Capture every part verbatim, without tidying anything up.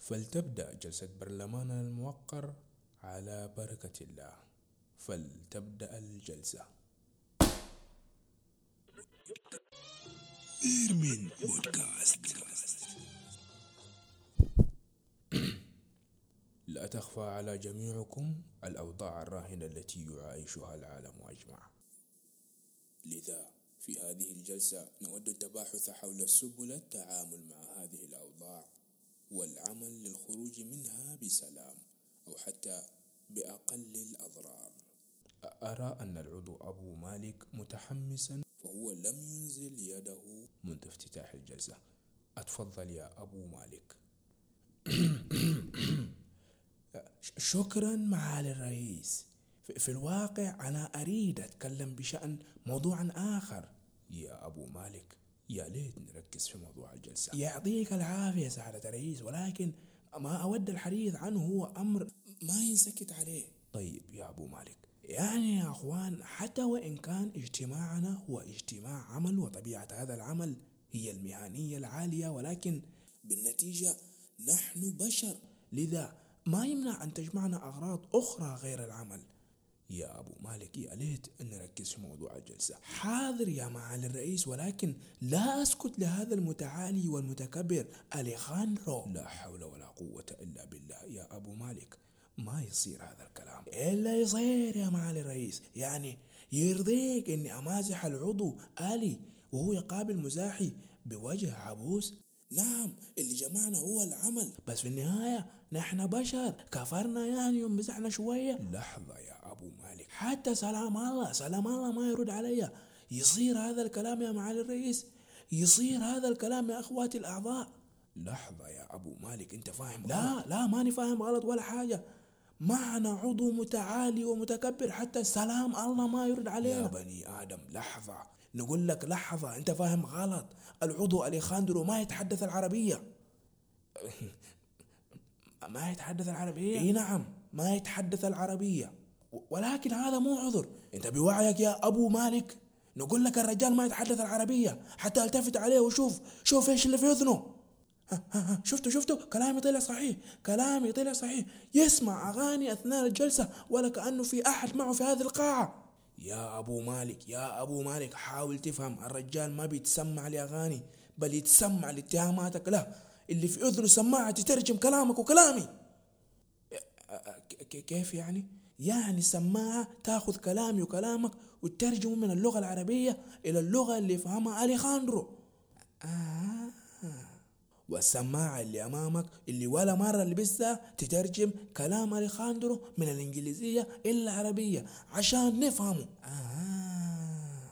فلتبدأ جلسة برلماننا الموقر على بركة الله. فلتبدأ الجلسة. إيرمين بودكاست. لا تخفى على جميعكم الأوضاع الراهنة التي يعايشها العالم أجمع، لذا في هذه الجلسة نود التباحث حول سبل التعامل مع هذه الأوضاع والعمل للخروج منها بسلام أو حتى بأقل الأضرار. أرى أن العضو أبو مالك متحمسا، فهو لم ينزل يده منذ افتتاح الجلسة. أتفضل يا أبو مالك. شكرا معالي الرئيس. في الواقع أنا أريد أتكلم بشأن موضوع آخر. يا أبو مالك، يا ليت نركز في موضوع الجلسة. يعطيك العافية سعادة الرئيس، ولكن ما أود الحديث عنه هو أمر ما ينسكت عليه. طيب يا أبو مالك، يعني يا أخوان، حتى وإن كان اجتماعنا هو اجتماع عمل وطبيعة هذا العمل هي المهنية العالية، ولكن بالنتيجة نحن بشر، لذا ما يمنع أن تجمعنا أغراض أخرى غير العمل. يا أبو مالك، يا ليت أن نركز في موضوع الجلسة. حاضر يا معالي الرئيس، ولكن لا أسكت لهذا المتعالي والمتكبر أليخاندرو. لا حول ولا قوة إلا بالله يا أبو مالك، ما يصير هذا الكلام. إلا يصير يا معالي الرئيس. يعني يرضيك أني أمازح العضو آلي وهو يقابل مزاحي بوجه عبوس؟ نعم، اللي جمعنا هو العمل، بس في النهاية نحن بشر، كفرنا يعني يوم مزحنا شوية. لحظة يا أبو مالك، حتى سلام الله سلام الله ما يرد علي. يصير هذا الكلام يا معالي الرئيس؟ يصير هذا الكلام يا أخواتي الأعضاء؟ لحظة يا أبو مالك، أنت فاهم غلط. لا لا، ماني فاهم غلط ولا حاجة. معنا عضو متعالي ومتكبر حتى سلام الله ما يرد علينا. يا بني آدم لحظة، نقول لك لحظة، أنت فاهم غلط. العضو أليخاندرو ما يتحدث العربية. ما يتحدث العربية؟ اي نعم، ما يتحدث العربية، ولكن هذا مو عذر. انت بوعيك يا ابو مالك؟ نقول لك الرجال ما يتحدث العربية، حتى التفت عليه وشوف شوف ايش اللي في اذنه. شفتوا شفتوا كلامي طلع صحيح، كلامي طلع صحيح. يسمع اغاني اثناء الجلسة ولا كأنه في احد معه في هذه القاعة. يا ابو مالك يا ابو مالك، حاول تفهم، الرجال ما بيتسمع لاغاني، بل يتسمع لاتهاماتك له. اللي في اذنه سماعة تترجم كلامك وكلامي. كيف يعني؟ يعني سماعة تاخذ كلامي وكلامك وتترجمه من اللغة العربية إلى اللغة اللي يفهمها أليخاندرو. آه. والسماعة اللي أمامك اللي ولا مرة لبستها تترجم كلام أليخاندرو من الإنجليزية إلى العربية عشان نفهمه. آه.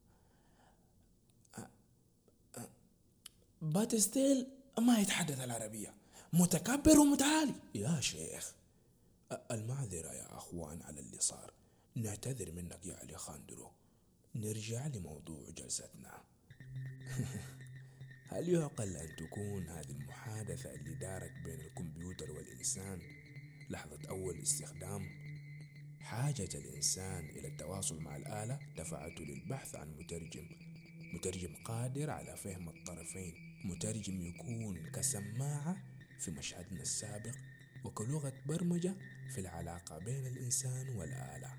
آه. آه. but still ما يتحدث العربية، متكبر ومتعالي. يا شيخ، المعذرة يا أخوان على اللي صار، نعتذر منك يا أليخاندرو. نرجع لموضوع جلستنا. هل يعقل أن تكون هذه المحادثة اللي دارت بين الكمبيوتر والإنسان لحظة أول استخدام؟ حاجة الإنسان إلى التواصل مع الآلة دفعته للبحث عن مترجم، مترجم قادر على فهم الطرفين، مترجم يكون كسماعة في مشهدنا السابق وكلغة برمجة في العلاقة بين الإنسان والآلة.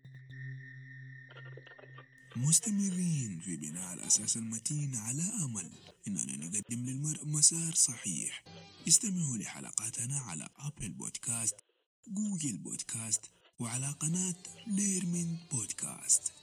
مستمرين في بناء الأساس المتين على أمل إننا نقدم للمرء مسار صحيح. استمعوا لحلقاتنا على أبل بودكاست، جوجل بودكاست، وعلى قناة ليرمين بودكاست.